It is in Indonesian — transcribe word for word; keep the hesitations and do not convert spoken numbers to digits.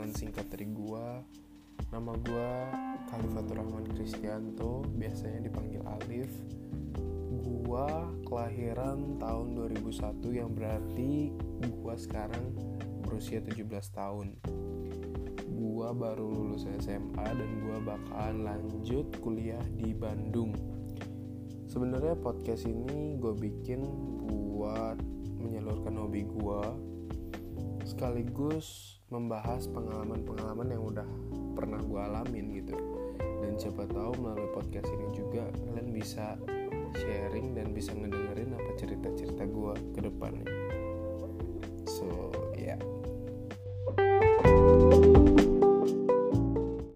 perkenalan singkat dari gua. Nama gua Khalifatur Rahman Kristianto, biasanya dipanggil Alif. Gua kelahiran tahun dua ribu satu, yang berarti gua sekarang berusia tujuh belas tahun. Gua baru lulus S M A dan gua bakalan lanjut kuliah di Bandung. Sebenarnya podcast ini gue bikin buat menyalurkan hobi gue, sekaligus membahas pengalaman-pengalaman yang udah pernah gue alamin gitu. Dan siapa tahu melalui podcast ini juga kalian bisa sharing dan bisa ngedengerin apa cerita-cerita gue ke depannya.